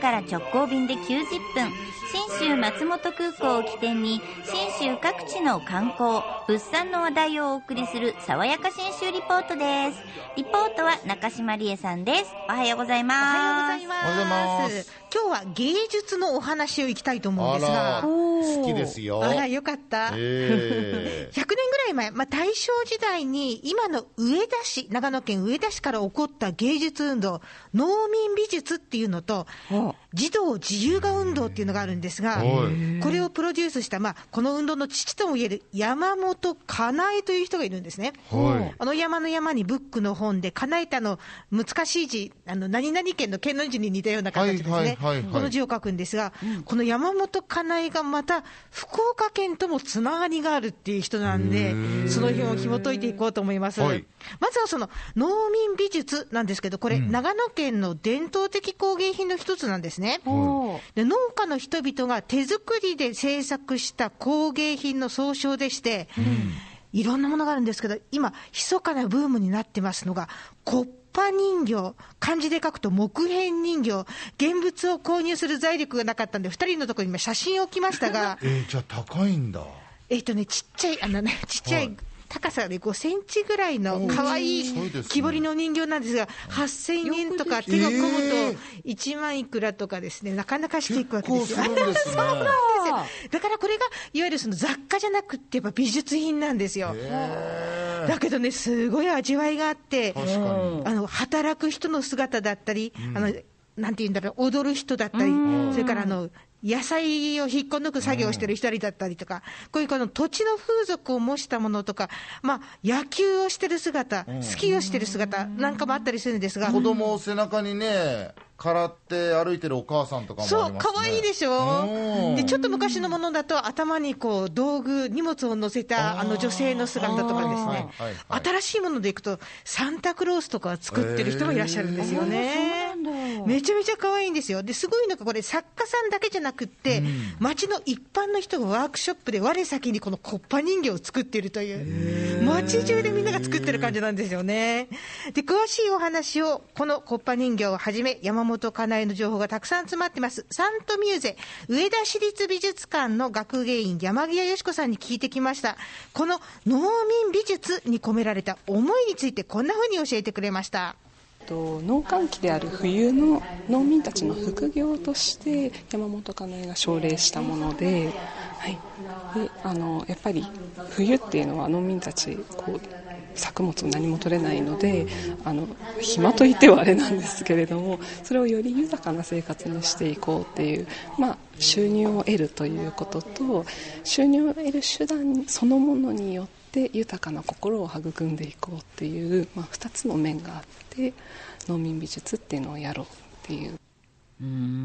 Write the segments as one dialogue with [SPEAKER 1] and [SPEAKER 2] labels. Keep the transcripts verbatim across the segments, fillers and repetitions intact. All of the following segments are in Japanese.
[SPEAKER 1] から直行便できゅうじゅっぷん、信州松本空港を起点に信州各地の観光物産の話題をお送りする爽やか信州リポートです。リポートは中島理恵さんです。おはようございます。
[SPEAKER 2] おはようございます。おはようございます。今日は芸術のお話をいきたいと思うんですが、
[SPEAKER 3] あら好きですよ。
[SPEAKER 2] あらよかった、えー、ひゃくねんぐらい前、まあ、大正時代に今の上田市、長野県上田市から起こった芸術運動、農民美術っていうのと児童自由画運動っていうのがあるんですが、これをプロデュースした、まあ、この運動の父ともいえる山本かなえという人がいるんですね、はい、あの山の山にブックの本でかなえたの難しい字、あの何々県の県の字に似たような形ですね、はいはいはいはい、この字を書くんですが、うん、この山本かなえがまた福岡県ともつながりがあるっていう人なんで、その辺を紐解いていこうと思います、はい、まずはその農民美術なんですけど、これ、うん、長野県の伝統的工芸品の一つなんですね、はい、で農家の人々が手作りで制作した工芸品の総称でして、うん、いろんなものがあるんですけど、今密かなブームになってますのがコッパ人形、漢字で書くと木片人形。現物を購入する財力がなかったんでふたりのところに今写真を置きましたが
[SPEAKER 3] えー、じゃあ高いんだ。
[SPEAKER 2] えっとねちっちゃいあのねちっちゃい、はい、高さでごセンチぐらいのかわいい木彫りの人形なんですが、はっせんえんとか手が込むといちまんいくらとかですね、なかなかしていくわけですよ。
[SPEAKER 3] 結構するんですね。そうなんですよ。
[SPEAKER 2] だからこれがいわゆるその雑貨じゃなくってやっぱ美術品なんですよ。だけどねすごい味わいがあって、あの働く人の姿だったり、うん、あのなんていうんだろう、踊る人だったり、それからあの野菜を引っこ抜く作業をしている人だったりとか、こういうこの土地の風俗を模したものとか、まあ、野球をしてる姿、スキーをしてる姿なんかもあったりするんですが、
[SPEAKER 3] 子供を背中にねからって歩いてるお母さんとかもありますね。
[SPEAKER 2] そう、かわいいでしょ。でちょっと昔のものだと頭にこう道具荷物を乗せたあの女性の姿とかですね、はいはい、新しいものでいくとサンタクロースとか作ってる人もいらっしゃるんですよね。めちゃめちゃ可愛いんですよ。ですごいのがこれ作家さんだけじゃなくって、うん、町の一般の人がワークショップで我先にこのコッパ人形を作っているという、町中でみんなが作ってる感じなんですよね。で詳しいお話をこのコッパ人形をはじめ山本かなえの情報がたくさん詰まってますサントミューゼ上田市立美術館の学芸員山際よし子さんに聞いてきました。この農民美術に込められた思いについてこんなふうに教えてくれました。
[SPEAKER 4] 農閑期である冬の農民たちの副業として山本かなえが奨励したもので、はい、であのやっぱり冬っていうのは農民たちこう作物何も取れないので、あの暇といってはあれなんですけれども、それをより豊かな生活にしていこうっていう、まあ、収入を得るということと、収入を得る手段そのものによって豊かな心を育んでいこうっていう、まあ、ふたつの面があって農民美術っていうのをやろうっていう。
[SPEAKER 2] うー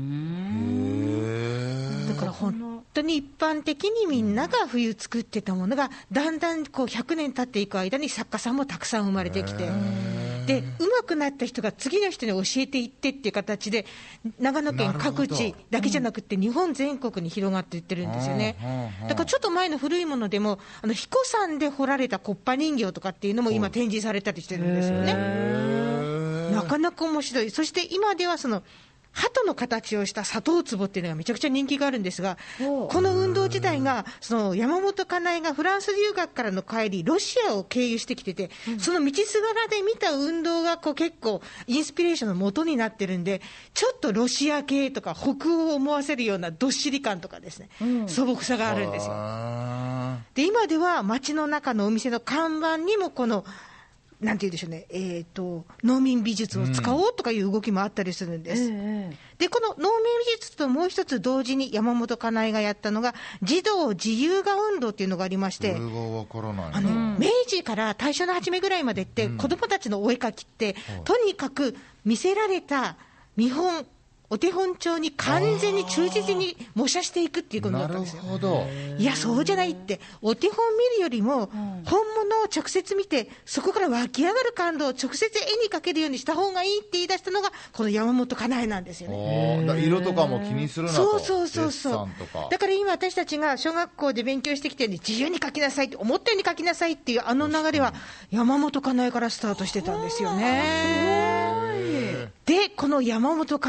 [SPEAKER 2] ん、だから本当に一般的にみんなが冬作ってたものがだんだんこうひゃくねん経っていく間に作家さんもたくさん生まれてきて、で上手くなった人が次の人に教えていってっていう形で長野県各地だけじゃなくて日本全国に広がっていってるんですよね。だからちょっと前の古いものでもあの彦山で彫られたコッパ人形とかっていうのも今展示されたりしてるんですよね。なかなか面白い。そして今ではその鳩の形をした砂糖壺っていうのがめちゃくちゃ人気があるんですが、この運動自体がその山本かなえがフランス留学からの帰りロシアを経由してきてて、その道すがらで見た運動がこう結構インスピレーションの元になってるんで、ちょっとロシア系とか北欧を思わせるようなどっしり感とかですね、うん、素朴さがあるんですよ。で今では街の中のお店の看板にもこのなんて言うんでしょうね、えーと、農民美術を使おうとかいう動きもあったりするんです、うん、でこの農民美術ともう一つ同時に山本かなえがやったのが児童自由画運動っていうのがありまして、
[SPEAKER 3] これがわからないな。
[SPEAKER 2] あの明治から大正の初めぐらいまでって、うん、子どもたちのお絵描きって、うん、とにかく見せられた見本お手本帳に完全に忠実に模写していくっていうことだったんですよ。
[SPEAKER 3] なるほど。
[SPEAKER 2] いやそうじゃないって、お手本見るよりも本物を直接見てそこから湧き上がる感動を直接絵に描けるようにした方がいいって言い出したのがこの山本かなえなんですよね。
[SPEAKER 3] だ色とかも気にするなと。
[SPEAKER 2] そうそうそうそう。だから今私たちが小学校で勉強してきてるように自由に描きなさいって思ったように描きなさいっていうあの流れは山本かなえからスタートしてたんですよね。でこの山本かなえと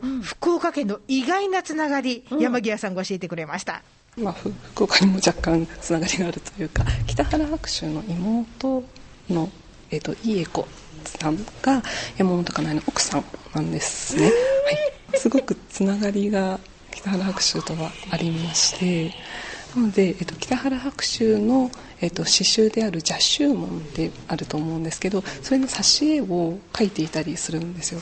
[SPEAKER 2] 福岡県の意外なつながり、
[SPEAKER 1] うん、
[SPEAKER 2] 山際さんが教えてくれました。
[SPEAKER 4] まあ、福岡にも若干つながりがあるというか、北原白秋の妹の、えー、といいえこさんが山本かなえの奥さんなんですね、はい、すごくつながりが北原白秋とはありまして、なので、えー、と北原白秋の、えー、と詩集である邪宗門ってあると思うんですけど、それの挿絵を描いていたりするんですよ。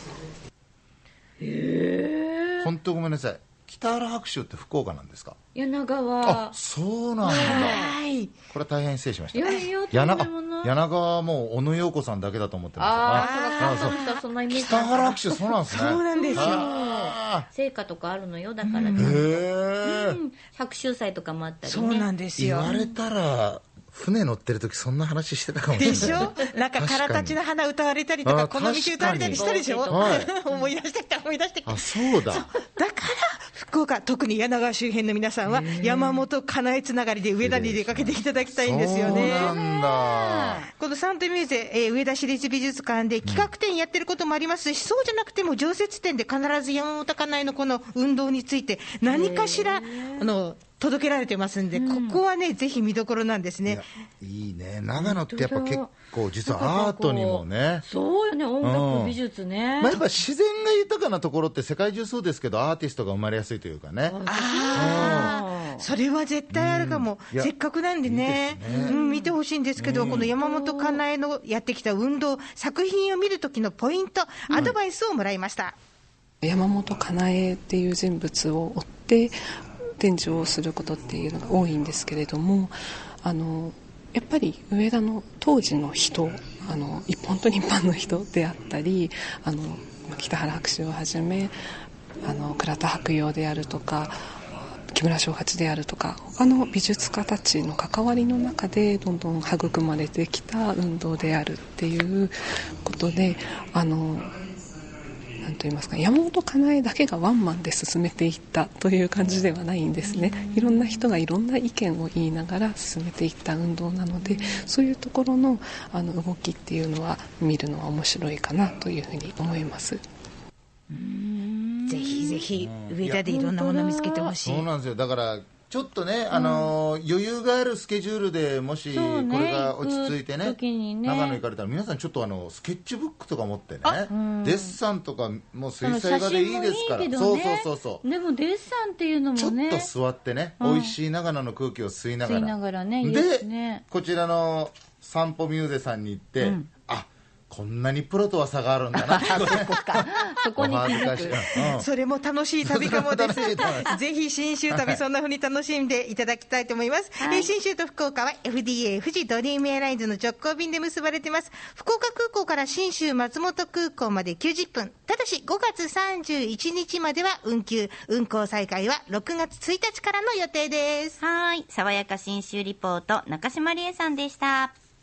[SPEAKER 1] へー、
[SPEAKER 3] 本当ごめんなさい、北原白秋って福岡なんですか？
[SPEAKER 1] 柳川。
[SPEAKER 3] あ、そうなんだ。
[SPEAKER 2] はい、
[SPEAKER 3] これは大変失礼しました。
[SPEAKER 1] いやいや、
[SPEAKER 3] 柳
[SPEAKER 1] とんでもない。
[SPEAKER 3] 柳川はもう小野陽子さんだけだと思ってました。
[SPEAKER 1] あ
[SPEAKER 3] あ
[SPEAKER 1] あ、そうか、そうか、そんなイメージ。
[SPEAKER 3] 北原白秋、そうなんですね。
[SPEAKER 2] そうなんですよ。
[SPEAKER 3] あ
[SPEAKER 1] 成果とかあるのよ、だから
[SPEAKER 3] ー
[SPEAKER 1] ね。
[SPEAKER 3] へー、
[SPEAKER 1] うん、百秋祭とかもあったりね。
[SPEAKER 2] そうなんですよ。
[SPEAKER 3] 言われたら船乗ってる時そんな話してたかもしれない。
[SPEAKER 2] でしょ。なんかからたちの花歌われたりとか、この道歌われたりしたでしょ。
[SPEAKER 3] はい、
[SPEAKER 2] 思い出してきた思い出してきた。
[SPEAKER 3] あ、そうだ。
[SPEAKER 2] そうだから福岡、特に柳川周辺の皆さんは山本かなえつながりで上田に出かけていただきたいんですよね。
[SPEAKER 3] そうなんだ。
[SPEAKER 2] このサントミューゼ、えー、上田市立美術館で企画展やってることもありますし、うん、そうじゃなくても常設展で必ず山本かなえのこの運動について何かしらあの届けられてますんで、うん、ここはねぜひ見どころなんですね。
[SPEAKER 3] いいね、長野ってやっぱ結構実はアートにもね。
[SPEAKER 1] そうよね、音楽、うん、美術ね、
[SPEAKER 3] まあ、やっぱ自然が豊かなところって世界中そうですけど、アーティストが生まれやすいというかね。
[SPEAKER 2] ああ、それは絶対あるかも、うん、せっかくなんでね、いいね、うん、見てほしいんですけど、うん、この山本かなえのやってきた運動、作品を見るときのポイント、アドバイスをもらいました。
[SPEAKER 4] 山本かなえっていう人物を追って展示をすることっていうのが多いんですけれども、あのやっぱり上田の当時の人、あの本当に一般の人であったり、あの北原白秋をはじめあの倉田白陽であるとか木村正八であるとか他の美術家たちの関わりの中でどんどん育まれてきた運動であるっていうことで、あのなんと言いますか、山本かなえだけがワンマンで進めていったという感じではないんですね。いろんな人がいろんな意見を言いながら進めていった運動なので、そういうところの、あの動きっていうのは見るのは面白いかなというふうに思います。
[SPEAKER 2] うーん、ぜひぜひ上田でいろんなものを見つけてほしい。
[SPEAKER 3] そうなんですよ。だからちょっとね、あのーうん、余裕があるスケジュールでもしこれが落ち着いて ね, ね長野行かれたら皆さんちょっとあのスケッチブックとか持ってね、うん、デッサンとかもう水彩画でいいですから、
[SPEAKER 1] ね、
[SPEAKER 3] そうそうそうそう。
[SPEAKER 1] でもデッサンっていうのもね、
[SPEAKER 3] ちょっと座ってね、うん、美味しい長野の空気を吸いながら、
[SPEAKER 1] 吸いながらね、いい
[SPEAKER 3] で
[SPEAKER 1] ですね。
[SPEAKER 3] こちらの散歩ミューゼさんに行って、うん、あ、こんなにプロとは差があるんだなって
[SPEAKER 1] そこに気づ
[SPEAKER 2] く、うん、それも楽しい旅かもですぜひ信州旅そんな風に楽しんでいただきたいと思います、はい、信州と福岡は エフディーエー 富士ドリームエアラインズの直行便で結ばれています。福岡空港から信州松本空港まできゅうじゅっぷん、ただしごがつさんじゅういちにちまでは運休、運航再開はろくがつついたちからの予定です。
[SPEAKER 1] はい、爽やか信州リポート中島理恵さんでした。